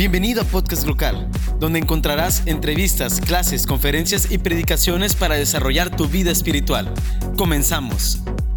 Bienvenido a Podcast Local, donde encontrarás entrevistas, clases, conferencias y predicaciones para desarrollar tu vida espiritual. Comenzamos.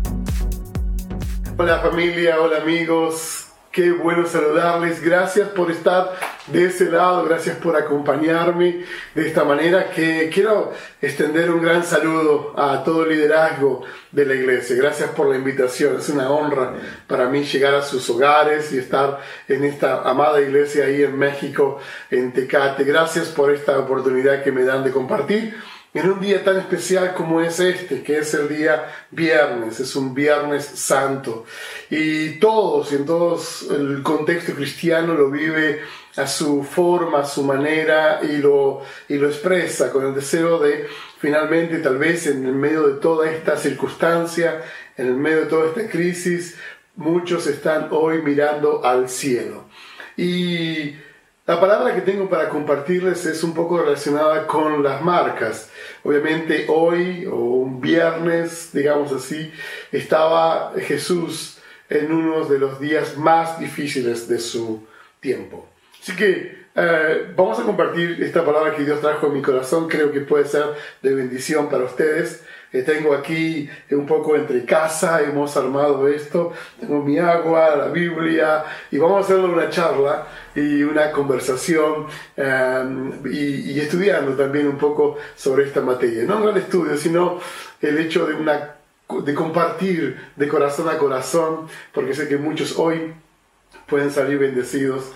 Hola familia, hola amigos, qué bueno saludarles. Gracias por estar de ese lado, gracias por acompañarme de esta manera, que quiero extender un gran saludo a todo el liderazgo de la iglesia. Gracias por la invitación, es una honra para mí llegar a sus hogares y estar en esta amada iglesia ahí en México, en Tecate. Gracias por esta oportunidad que me dan de compartir en un día tan especial como es este, que es el día viernes, es un viernes santo. Y todos, en todo el contexto cristiano, lo vive a su forma, a su manera, y lo expresa con el deseo de, finalmente, tal vez en el medio de toda esta circunstancia, en el medio de toda esta crisis, muchos están hoy mirando al cielo. Y la palabra que tengo para compartirles es un poco relacionada con las marcas. Obviamente hoy, o un viernes, digamos así, estaba Jesús en uno de los días más difíciles de su tiempo. Así que vamos a compartir esta palabra que Dios trajo en mi corazón. Creo que puede ser de bendición para ustedes. Tengo aquí un poco entre casa, hemos armado esto, tengo mi agua, la Biblia, y vamos a hacer una charla y una conversación y estudiando también un poco sobre esta materia. No un gran estudio, sino el hecho de compartir de corazón a corazón, porque sé que muchos hoy pueden salir bendecidos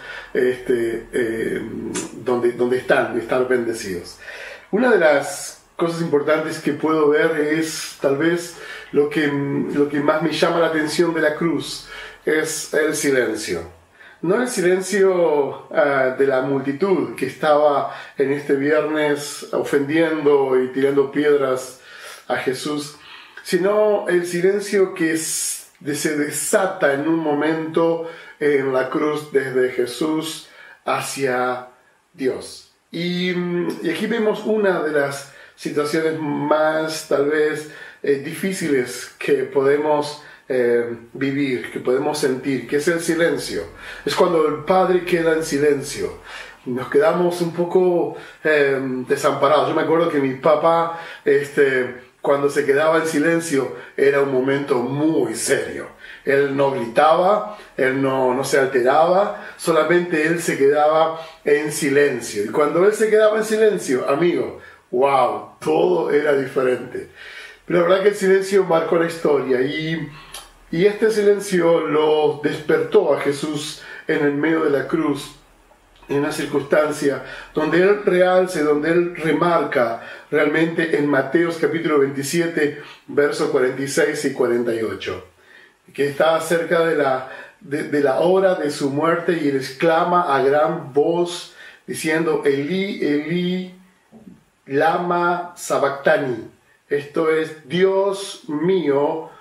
donde estar bendecidos. Una de las cosas importantes que puedo ver es tal vez lo que más me llama la atención de la cruz, es el silencio. No el silencio de la multitud que estaba en este viernes ofendiendo y tirando piedras a Jesús, sino el silencio que se desata en un momento en la cruz desde Jesús hacia Dios. Y aquí vemos una de las situaciones más tal vez difíciles que podemos vivir, que podemos sentir, que es el silencio. Es cuando el Padre queda en silencio. Nos quedamos un poco desamparados. Yo me acuerdo que mi papá, cuando se quedaba en silencio, era un momento muy serio. Él no gritaba, él no se alteraba, solamente él se quedaba en silencio. Y cuando él se quedaba en silencio, amigo, wow, todo era diferente. Pero la verdad que el silencio marcó la historia y este silencio lo despertó a Jesús en el medio de la cruz, en una circunstancia donde él realce, donde él remarca realmente en Mateos capítulo 27, versos 46 y 48, que está acerca de la hora de su muerte, y él exclama a gran voz diciendo: Elí, Elí, lama sabactani. Esto es: Dios mío,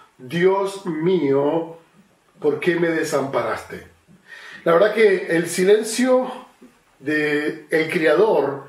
¿por qué me desamparaste? La verdad que el silencio del Creador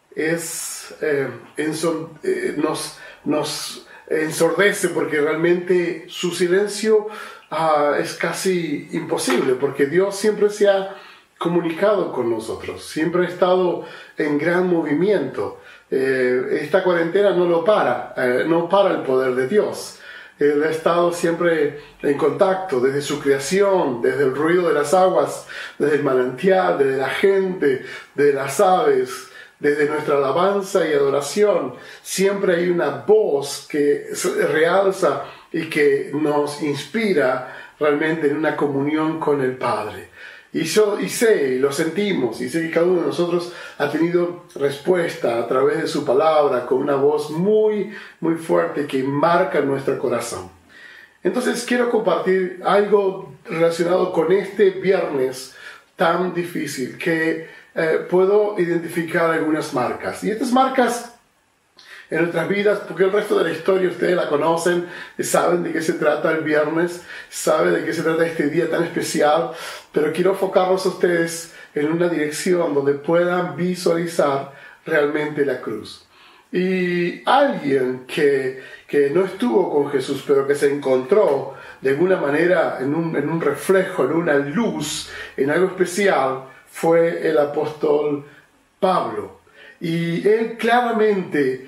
nos ensordece, porque realmente su silencio es casi imposible, porque Dios siempre se ha comunicado con nosotros, siempre ha estado en gran movimiento. Esta cuarentena no para el poder de Dios. Él ha estado siempre en contacto desde su creación, desde el ruido de las aguas, desde el manantial, desde la gente, desde las aves, desde nuestra alabanza y adoración. Siempre hay una voz que realza y que nos inspira realmente en una comunión con el Padre. Y lo sentimos, y sé que cada uno de nosotros ha tenido respuesta a través de su palabra, con una voz muy, muy fuerte que marca nuestro corazón. Entonces quiero compartir algo relacionado con este viernes tan difícil, que puedo identificar algunas marcas. Y estas marcas en nuestras vidas, porque el resto de la historia ustedes la conocen, saben de qué se trata el viernes, saben de qué se trata este día tan especial, pero quiero enfocarlos a ustedes en una dirección donde puedan visualizar realmente la cruz. Y alguien que no estuvo con Jesús, pero que se encontró de alguna manera en un reflejo, en una luz, en algo especial, fue el apóstol Pablo. Y él claramente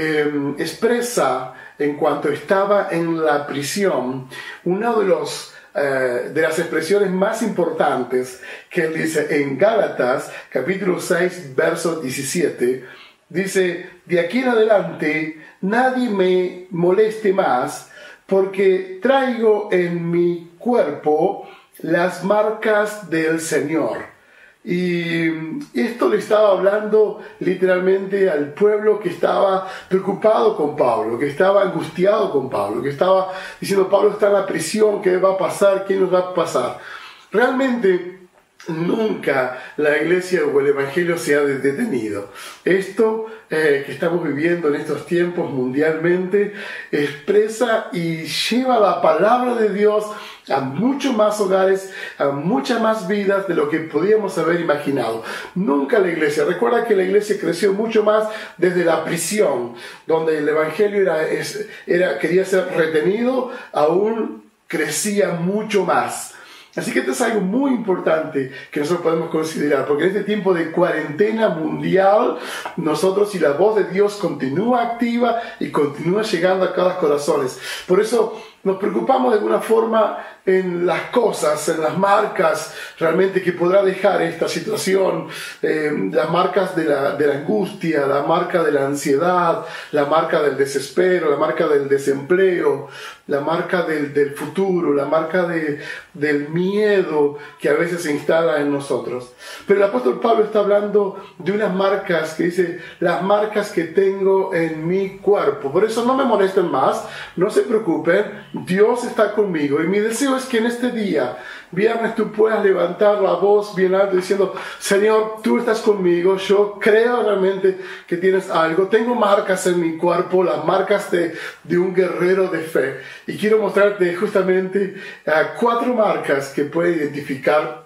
expresa, en cuanto estaba en la prisión, uno de las expresiones más importantes que él dice en Gálatas, capítulo 6, verso 17, dice: de aquí en adelante nadie me moleste más, porque traigo en mi cuerpo las marcas del Señor. Y esto le estaba hablando literalmente al pueblo que estaba preocupado con Pablo, que estaba angustiado con Pablo, que estaba diciendo: Pablo está en la prisión, ¿qué va a pasar? ¿Qué nos va a pasar? Realmente nunca la iglesia o el evangelio se ha detenido. Esto que estamos viviendo en estos tiempos mundialmente expresa y lleva la palabra de Dios a muchos más hogares, a muchas más vidas de lo que podíamos haber imaginado. Nunca la iglesia, recuerda que la iglesia creció mucho más desde la prisión, donde el evangelio quería ser retenido, aún crecía mucho más. Así que esto es algo muy importante que nosotros podemos considerar, porque en este tiempo de cuarentena mundial, nosotros, y la voz de Dios continúa activa y continúa llegando a cada corazón. Por eso nos preocupamos de alguna forma en las cosas, en las marcas realmente que podrá dejar esta situación, las marcas de la angustia, la marca de la ansiedad, la marca del desespero, la marca del desempleo, la marca del futuro, la marca del miedo que a veces se instala en nosotros. Pero el apóstol Pablo está hablando de unas marcas que dice: las marcas que tengo en mi cuerpo. Por eso no me molesten más, no se preocupen, Dios está conmigo. Y mi deseo es que en este día, viernes, tú puedas levantar la voz bien alto diciendo: Señor, tú estás conmigo, yo creo realmente que tienes algo, tengo marcas en mi cuerpo, las marcas de un guerrero de fe. Y quiero mostrarte justamente 4 marcas que pueden identificar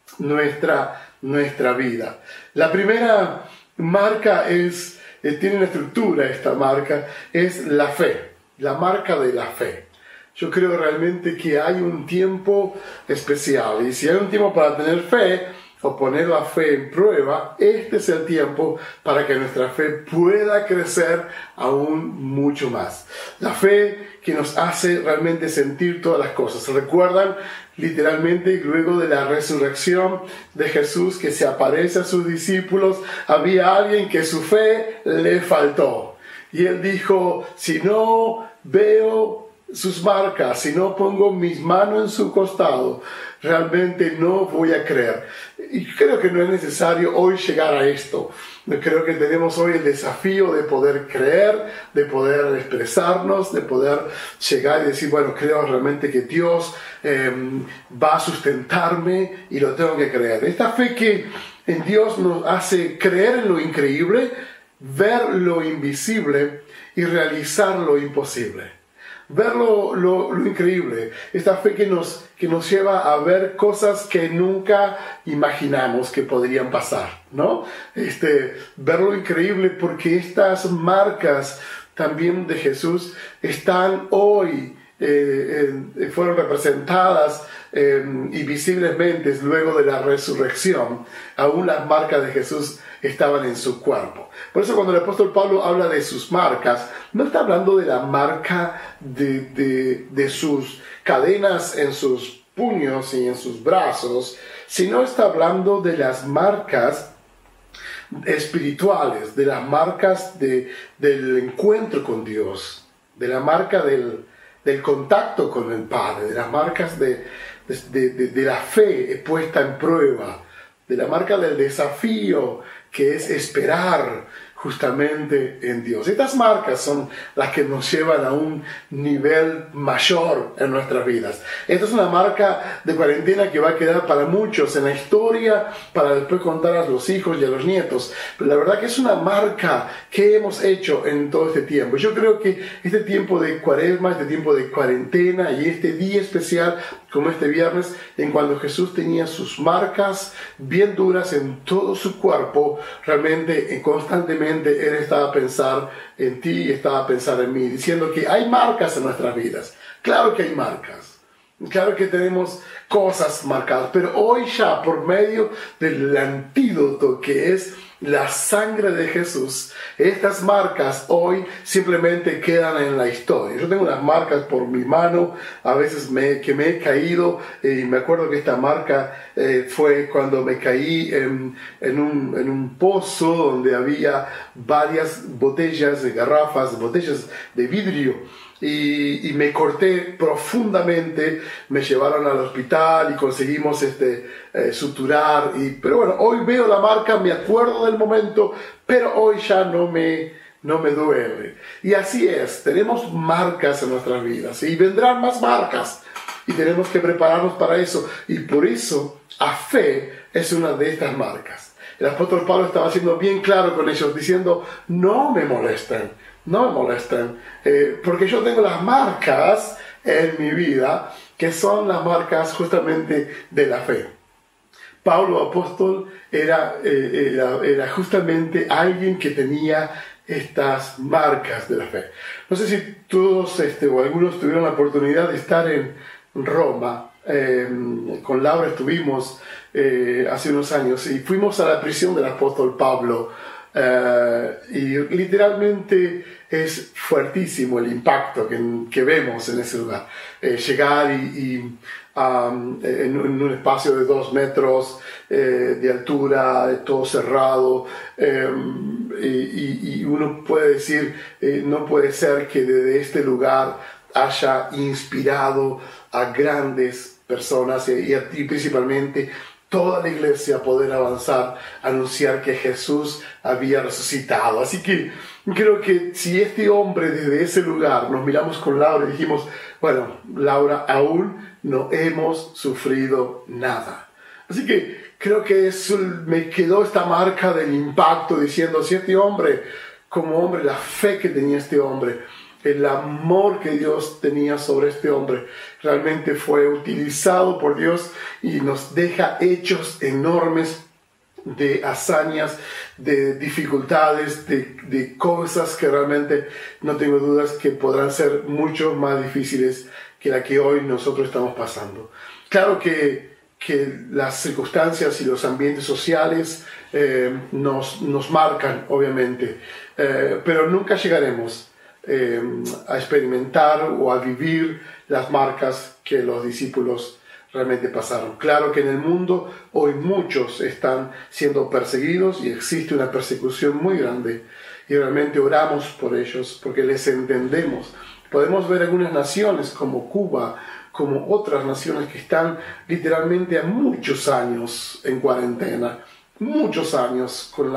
nuestra vida. La primera marca tiene una estructura, esta marca, es la fe, la marca de la fe. Yo creo realmente que hay un tiempo especial, y si hay un tiempo para tener fe o poner la fe en prueba, este es el tiempo para que nuestra fe pueda crecer aún mucho más. La fe que nos hace realmente sentir todas las cosas. ¿Se recuerdan? Literalmente, luego de la resurrección de Jesús, que se aparece a sus discípulos, había alguien que su fe le faltó. Y él dijo: si no veo sus marcas, si no pongo mis manos en su costado, realmente no voy a creer. Y creo que no es necesario hoy llegar a esto. Creo que tenemos hoy el desafío de poder creer, de poder expresarnos, de poder llegar y decir: bueno, creo realmente que Dios va a sustentarme y lo tengo que creer. Esta fe que en Dios nos hace creer en lo increíble, ver lo invisible y realizar lo imposible. Ver lo increíble, esta fe que nos lleva a ver cosas que nunca imaginamos que podrían pasar, ¿no? Ver lo increíble, porque estas marcas también de Jesús están hoy, fueron representadas y visiblemente luego de la resurrección. Aún las marcas de Jesús estaban en su cuerpo. Por eso cuando el apóstol Pablo habla de sus marcas, no está hablando de la marca de sus cadenas en sus puños y en sus brazos, sino está hablando de las marcas espirituales, de las marcas del encuentro con Dios, de la marca del contacto con el Padre, de las marcas de la fe puesta en prueba, de la marca del desafío que es esperar justamente en Dios. Estas marcas son las que nos llevan a un nivel mayor en nuestras vidas. Esta es una marca de cuarentena que va a quedar para muchos en la historia, para después contar a los hijos y a los nietos. Pero la verdad que es una marca que hemos hecho en todo este tiempo. Yo creo que este tiempo de cuaresma, este tiempo de cuarentena y este día especial como este viernes, en cuando Jesús tenía sus marcas bien duras en todo su cuerpo, realmente constantemente Él estaba a pensar en ti y estaba a pensar en mí, diciendo que hay marcas en nuestras vidas. Claro que hay marcas. Claro que tenemos cosas marcadas, pero hoy ya por medio del antídoto que es la sangre de Jesús, estas marcas hoy simplemente quedan en la historia. Yo tengo unas marcas por mi mano, a veces que me he caído, y me acuerdo que esta marca fue cuando me caí en un pozo donde había varias botellas de garrafas, botellas de vidrio. Y me corté profundamente, me llevaron al hospital y conseguimos suturar, pero bueno, hoy veo la marca, me acuerdo del momento, pero hoy ya no me duele. Y así es, tenemos marcas en nuestras vidas y vendrán más marcas y tenemos que prepararnos para eso, y por eso la fe es una de estas marcas. El apóstol Pablo estaba siendo bien claro con ellos, diciendo: no me molesten, porque yo tengo las marcas en mi vida, que son las marcas justamente de la fe. Pablo apóstol era justamente alguien que tenía estas marcas de la fe. No sé si todos o algunos tuvieron la oportunidad de estar en Roma. Con Laura estuvimos hace unos años y fuimos a la prisión del apóstol Pablo. Y literalmente es fuertísimo el impacto que vemos en ese lugar. Llegar en un espacio de 2 metros de altura, todo cerrado, y uno puede decir, no puede ser que desde este lugar haya inspirado a grandes personas y principalmente toda la iglesia poder avanzar, anunciar que Jesús había resucitado. Así que creo que si este hombre desde ese lugar, nos miramos con Laura y dijimos: bueno, Laura, aún no hemos sufrido nada. Así que creo que me quedó esta marca del impacto, diciendo: si este hombre, como hombre, la fe que tenía este hombre, el amor que Dios tenía sobre este hombre, realmente fue utilizado por Dios y nos deja hechos enormes de hazañas, de dificultades, de cosas que realmente no tengo dudas que podrán ser mucho más difíciles que la que hoy nosotros estamos pasando. Claro que las circunstancias y los ambientes sociales nos marcan, obviamente, pero nunca llegaremos a experimentar o a vivir las marcas que los discípulos realmente pasaron. Claro que en el mundo hoy muchos están siendo perseguidos y existe una persecución muy grande, y realmente oramos por ellos porque les entendemos. Podemos ver algunas naciones como Cuba, como otras naciones que están literalmente a muchos años en cuarentena, muchos años con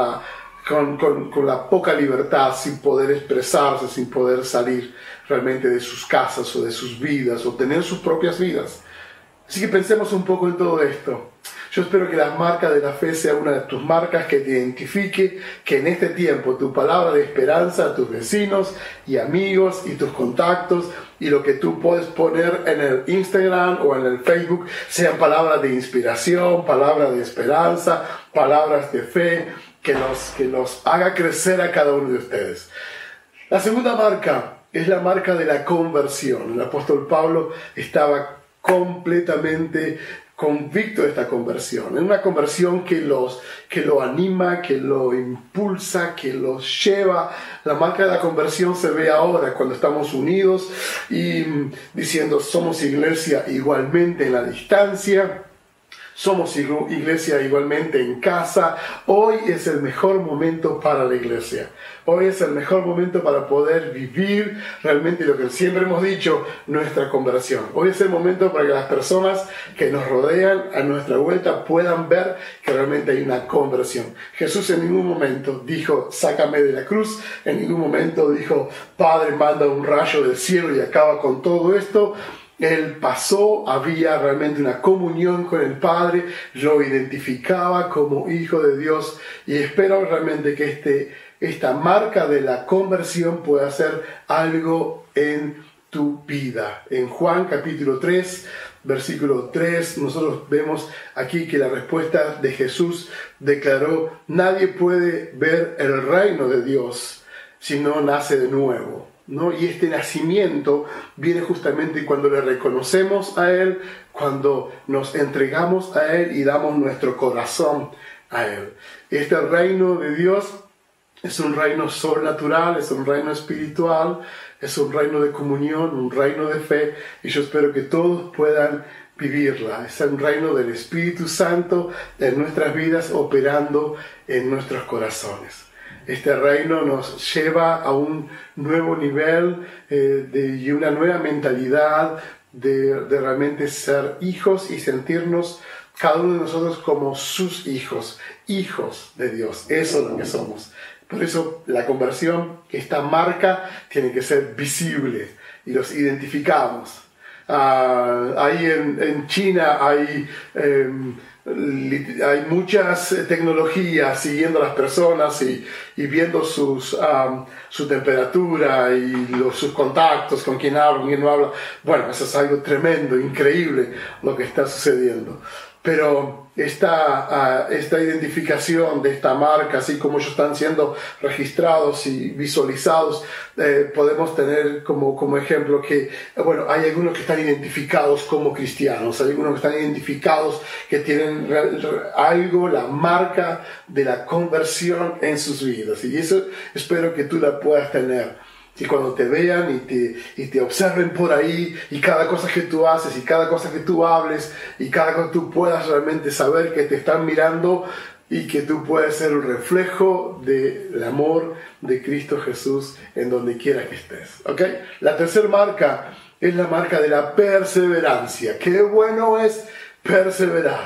la poca libertad, sin poder expresarse, sin poder salir realmente de sus casas o de sus vidas o tener sus propias vidas. Así que pensemos un poco en todo esto. Yo espero que la marca de la fe sea una de tus marcas, que te identifique, que en este tiempo tu palabra de esperanza a tus vecinos y amigos y tus contactos y lo que tú puedes poner en el Instagram o en el Facebook sean palabras de inspiración, palabras de esperanza, palabras de fe, que los haga crecer a cada uno de ustedes. La segunda marca es la marca de la conversión. El apóstol Pablo estaba completamente convicto de esta conversión. Es una conversión que lo anima, que lo impulsa, que los lleva. La marca de la conversión se ve ahora cuando estamos unidos y diciendo: somos iglesia igualmente en la distancia. Somos iglesia igualmente en casa. Hoy es el mejor momento para la iglesia. Hoy es el mejor momento para poder vivir realmente lo que siempre hemos dicho, nuestra conversión. Hoy es el momento para que las personas que nos rodean a nuestra vuelta puedan ver que realmente hay una conversión. Jesús en ningún momento dijo: sácame de la cruz. En ningún momento dijo: Padre, manda un rayo del cielo y acaba con todo esto. Él pasó, había realmente una comunión con el Padre, lo identificaba como hijo de Dios, y espero realmente que esta marca de la conversión pueda ser algo en tu vida. En Juan capítulo 3, versículo 3, nosotros vemos aquí que la respuesta de Jesús declaró: nadie puede ver el reino de Dios si no nace de nuevo. ¿no? Y este nacimiento viene justamente cuando le reconocemos a Él, cuando nos entregamos a Él y damos nuestro corazón a Él. Este reino de Dios es un reino sobrenatural, es un reino espiritual, es un reino de comunión, un reino de fe, y yo espero que todos puedan vivirla. Es un reino del Espíritu Santo en nuestras vidas, operando en nuestros corazones. Este reino nos lleva a un nuevo nivel y una nueva mentalidad de realmente ser hijos y sentirnos cada uno de nosotros como sus hijos, hijos de Dios. Eso es lo que somos. Por eso la conversión, esta marca, tiene que ser visible y los identificamos. Ahí en China hay muchas tecnologías siguiendo a las personas y viendo su temperatura y sus contactos, con quién habla, con quién no habla. Bueno, eso es algo tremendo, increíble lo que está sucediendo. Pero esta identificación de esta marca, así como ellos están siendo registrados y visualizados, podemos tener como ejemplo que, bueno, hay algunos que están identificados como cristianos, hay algunos que están identificados que tienen algo, la marca de la conversión en sus vidas. Y eso espero que tú la puedas tener. Y cuando te vean y te observen por ahí, y cada cosa que tú haces, y cada cosa que tú hables, y cada cosa que tú puedas realmente saber que te están mirando, y que tú puedes ser un reflejo del amor de Cristo Jesús en donde quiera que estés. ¿Okay? La tercera marca es la marca de la perseverancia. ¡Qué bueno es perseverar!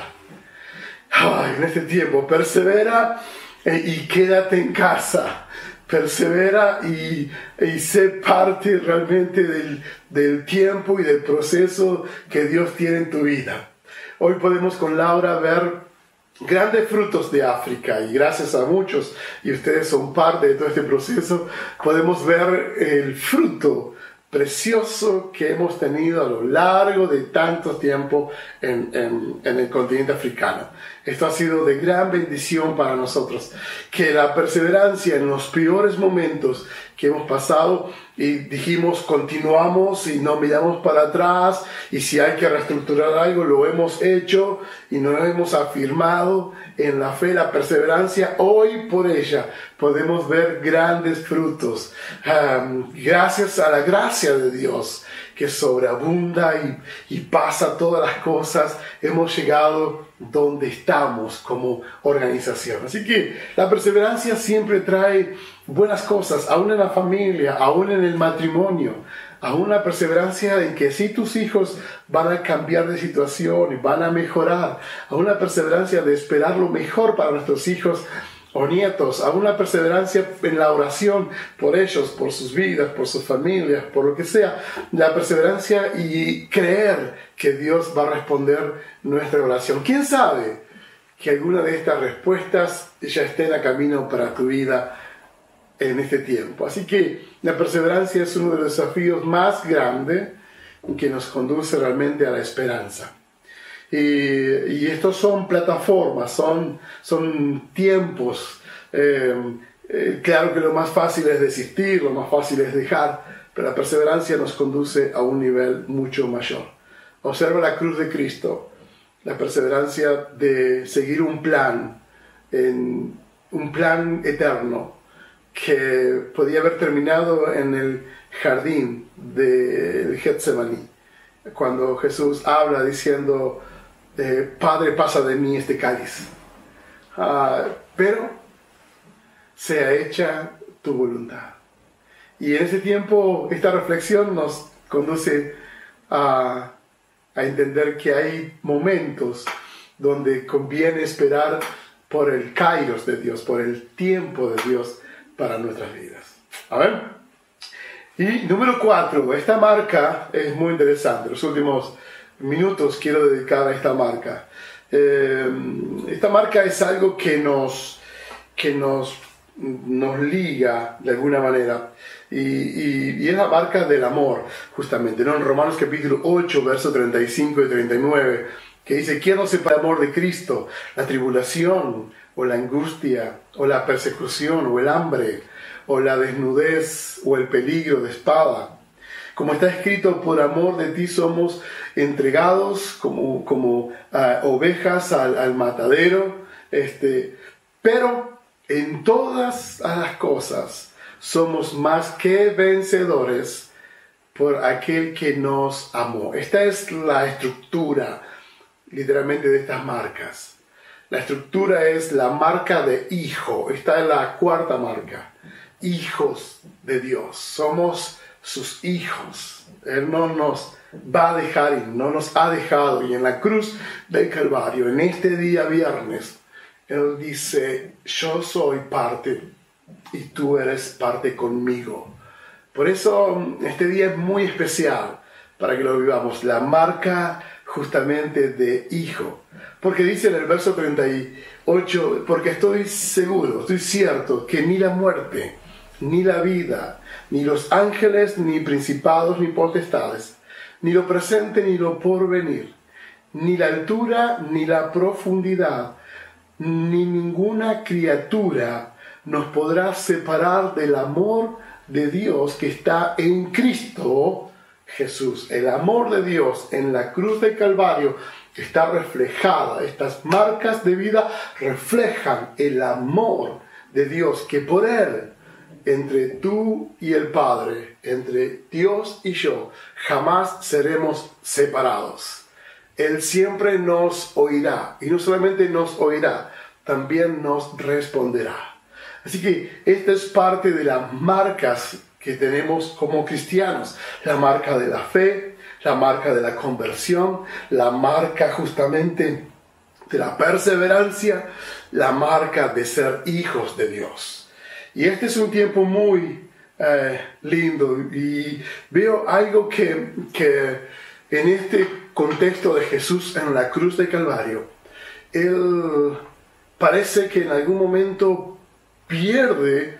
Ay, en este tiempo, persevera y quédate en casa. Persevera y sé parte realmente del tiempo y del proceso que Dios tiene en tu vida. Hoy podemos con Laura ver grandes frutos de África, y gracias a muchos, y ustedes son parte de todo este proceso, podemos ver el fruto precioso que hemos tenido a lo largo de tanto tiempo en el continente africano. Esto ha sido de gran bendición para nosotros, que la perseverancia en los peores momentos que hemos pasado, y dijimos continuamos y no miramos para atrás, y si hay que reestructurar algo lo hemos hecho y nos hemos afirmado en la fe, la perseverancia. Hoy por ella podemos ver grandes frutos, gracias a la gracia de Dios que sobreabunda y pasa todas las cosas. Hemos llegado donde estamos como organización. Así que la perseverancia siempre trae buenas cosas, aún en la familia, aún en el matrimonio, aún una perseverancia en que sí tus hijos van a cambiar de situación y van a mejorar, aún una perseverancia de esperar lo mejor para nuestros hijos o nietos, a una perseverancia en la oración por ellos, por sus vidas, por sus familias, por lo que sea. La perseverancia y creer que Dios va a responder nuestra oración. ¿Quién sabe que alguna de estas respuestas ya estén a camino para tu vida en este tiempo? Así que la perseverancia es uno de los desafíos más grandes que nos conduce realmente a la esperanza. Y estos son plataformas, son tiempos. Claro que lo más fácil es desistir, lo más fácil es dejar, pero la perseverancia nos conduce a un nivel mucho mayor. Observa la cruz de Cristo, la perseverancia de seguir un plan eterno que podía haber terminado en el jardín de Getsemaní, cuando Jesús habla diciendo: Padre, pasa de mí este cáliz, pero sea hecha tu voluntad. Y en ese tiempo esta reflexión nos conduce a entender que hay momentos donde conviene esperar por el kairos de Dios, por el tiempo de Dios para nuestras vidas. A ver. Y número 4, esta marca es muy interesante. Los últimos minutos quiero dedicar a esta marca. Esta marca es algo que nos liga de alguna manera, y es la marca del amor, justamente, ¿no? En Romanos capítulo 8, versos 35 y 39, que dice: ¿quién no sepa el amor de Cristo? La tribulación, o la angustia, o la persecución, o el hambre, o la desnudez o el peligro de espada. Como está escrito, por amor de ti somos entregados como ovejas al matadero. Pero en todas las cosas somos más que vencedores por aquel que nos amó. Esta es la estructura, literalmente, de estas marcas. La estructura es la marca de hijo. Esta es la cuarta marca. Hijos de Dios. Somos sus hijos. Él no nos va a dejar y no nos ha dejado. Y en la cruz del Calvario, en este día viernes, Él dice, yo soy parte y tú eres parte conmigo. Por eso este día es muy especial para que lo vivamos. La marca justamente de hijo. Porque dice en el verso 38, porque estoy seguro, estoy cierto, que ni la muerte, ni la vida, ni los ángeles, ni principados, ni potestades, ni lo presente, ni lo porvenir, ni la altura, ni la profundidad, ni ninguna criatura nos podrá separar del amor de Dios que está en Cristo Jesús. El amor de Dios en la cruz del Calvario está reflejada. Estas marcas de vida reflejan el amor de Dios, que por Él, entre tú y el Padre, entre Dios y yo, jamás seremos separados. Él siempre nos oirá, y no solamente nos oirá, también nos responderá. Así que esta es parte de las marcas que tenemos como cristianos. La marca de la fe, la marca de la conversión, la marca justamente de la perseverancia, la marca de ser hijos de Dios. Y este es un tiempo muy lindo, y veo algo que en este contexto de Jesús en la cruz de Calvario, Él parece que en algún momento pierde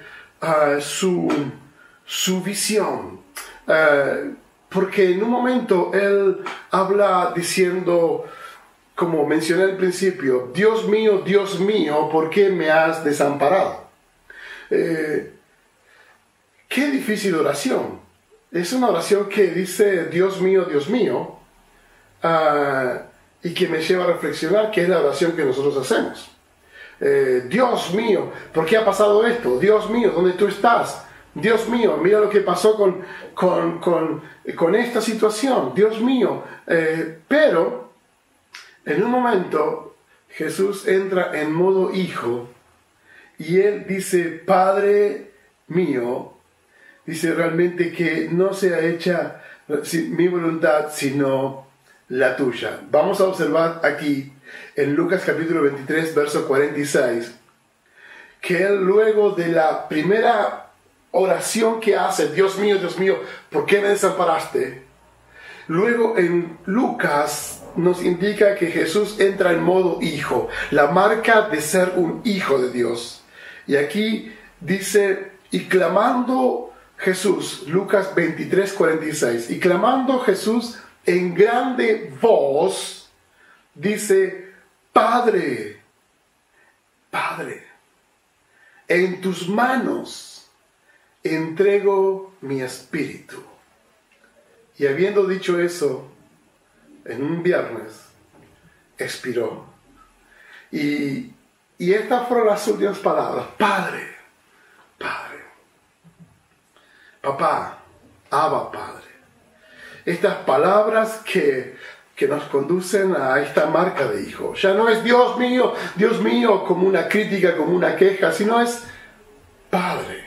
su visión, porque en un momento Él habla diciendo, como mencioné al principio, Dios mío, ¿por qué me has desamparado? Qué difícil oración. Es una oración que dice Dios mío, y que me lleva a reflexionar que es la oración que nosotros hacemos. Dios mío, ¿por qué ha pasado esto? Dios mío, ¿dónde tú estás? Dios mío, mira lo que pasó con esta situación. Dios mío. Pero en un momento Jesús entra en modo hijo y Él dice, Padre mío, dice realmente que no sea hecha mi voluntad sino la tuya. Vamos a observar aquí en Lucas capítulo 23, verso 46, que Él, luego de la primera oración que hace, Dios mío, ¿por qué me desamparaste? Luego en Lucas nos indica que Jesús entra en modo hijo, la marca de ser un hijo de Dios. Y aquí dice, y clamando Jesús, Lucas 23, 46, y clamando Jesús en grande voz, dice, Padre, en tus manos entrego mi espíritu. Y habiendo dicho eso, en un viernes, expiró. Y estas fueron las últimas palabras. Padre, papá, Abba, Padre. Estas palabras que nos conducen a esta marca de hijo. Ya no es Dios mío, como una crítica, como una queja, sino es Padre.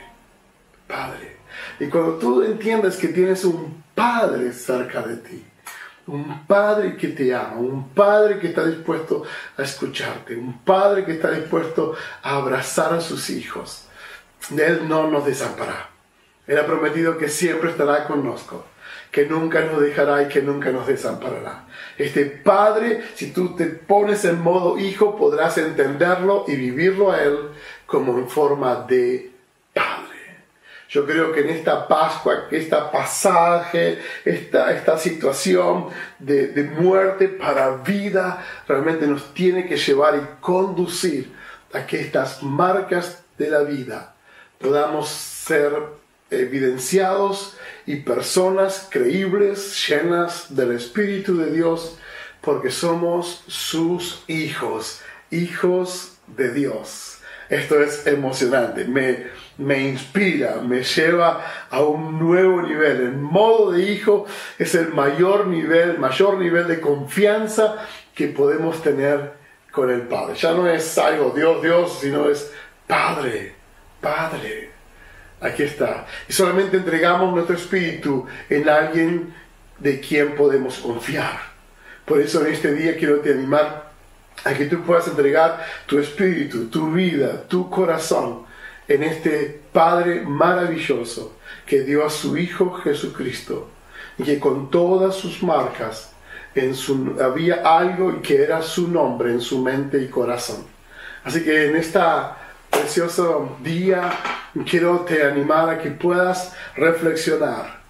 Y cuando tú entiendes que tienes un Padre cerca de ti, un Padre que te ama, un Padre que está dispuesto a escucharte, un Padre que está dispuesto a abrazar a sus hijos, Él no nos desamparará. Él ha prometido que siempre estará con nosotros, que nunca nos dejará y que nunca nos desamparará. Este Padre, si tú te pones en modo hijo, podrás entenderlo y vivirlo a Él como en forma de Padre. Yo creo que en esta Pascua, este pasaje, esta situación de muerte para vida, realmente nos tiene que llevar y conducir a que estas marcas de la vida podamos ser evidenciados y personas creíbles, llenas del Espíritu de Dios, porque somos sus hijos, hijos de Dios. Esto es emocionante, me inspira, me lleva a un nuevo nivel. El modo de hijo es el mayor nivel de confianza que podemos tener con el Padre. Ya no es algo Dios, sino es Padre. Aquí está. Y solamente entregamos nuestro espíritu en alguien de quien podemos confiar. Por eso en este día quiero te animar a que tú puedas entregar tu espíritu, tu vida, tu corazón en este Padre maravilloso que dio a su Hijo Jesucristo, y que con todas sus marcas había algo y que era su nombre en su mente y corazón. Así que en este precioso día quiero te animar a que puedas reflexionar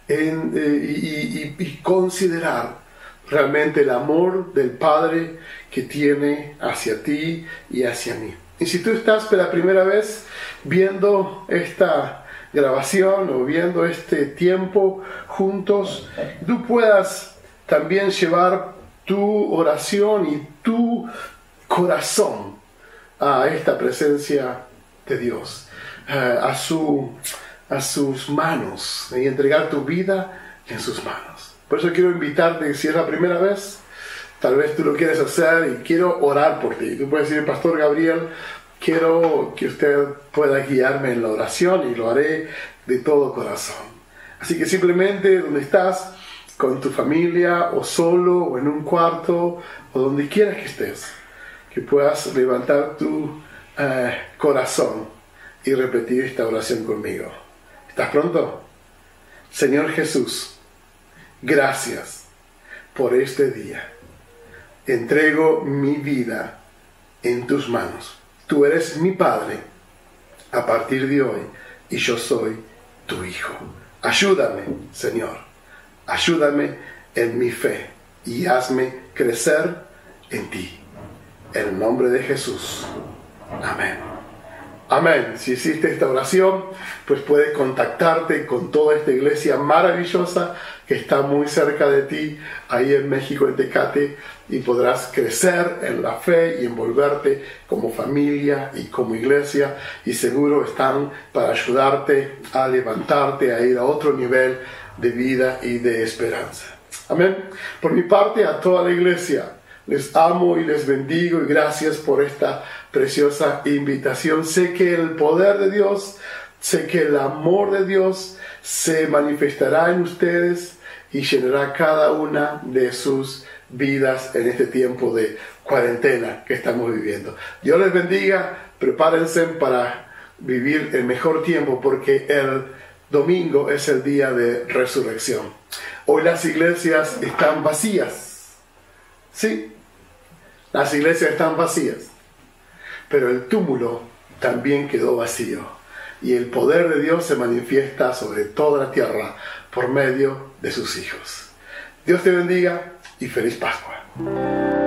y considerar realmente el amor del Padre que tiene hacia ti y hacia mí. Y si tú estás por la primera vez viendo esta grabación o viendo este tiempo juntos, tú puedas también llevar tu oración y tu corazón a esta presencia de Dios, a sus manos, y entregar tu vida en sus manos. Por eso quiero invitarte, si es la primera vez, tal vez tú lo quieres hacer y quiero orar por ti. Tú puedes decir, Pastor Gabriel, quiero que usted pueda guiarme en la oración, y lo haré de todo corazón. Así que simplemente donde estás, con tu familia, o solo, o en un cuarto, o donde quieras que estés, que puedas levantar tu corazón y repetir esta oración conmigo. ¿Estás pronto? Señor Jesús, gracias por este día. Entrego mi vida en tus manos. Tú eres mi Padre a partir de hoy, y yo soy tu Hijo. Ayúdame, Señor. Ayúdame en mi fe y hazme crecer en ti. En el nombre de Jesús. Amén. Amén. Si hiciste esta oración, pues puedes contactarte con toda esta iglesia maravillosa que está muy cerca de ti, ahí en México, en Tecate, y podrás crecer en la fe y envolverte como familia y como iglesia, y seguro están para ayudarte a levantarte, a ir a otro nivel de vida y de esperanza. Amén. Por mi parte, a toda la iglesia, les amo y les bendigo, y gracias por esta preciosa invitación. Sé que el poder de Dios, sé que el amor de Dios se manifestará en ustedes y llenará cada una de sus vidas en este tiempo de cuarentena que estamos viviendo. Dios les bendiga, prepárense para vivir el mejor tiempo, porque el domingo es el día de resurrección. Hoy las iglesias están vacías. Sí, las iglesias están vacías, pero el túmulo también quedó vacío, y el poder de Dios se manifiesta sobre toda la tierra por medio de sus hijos. Dios te bendiga y feliz Pascua.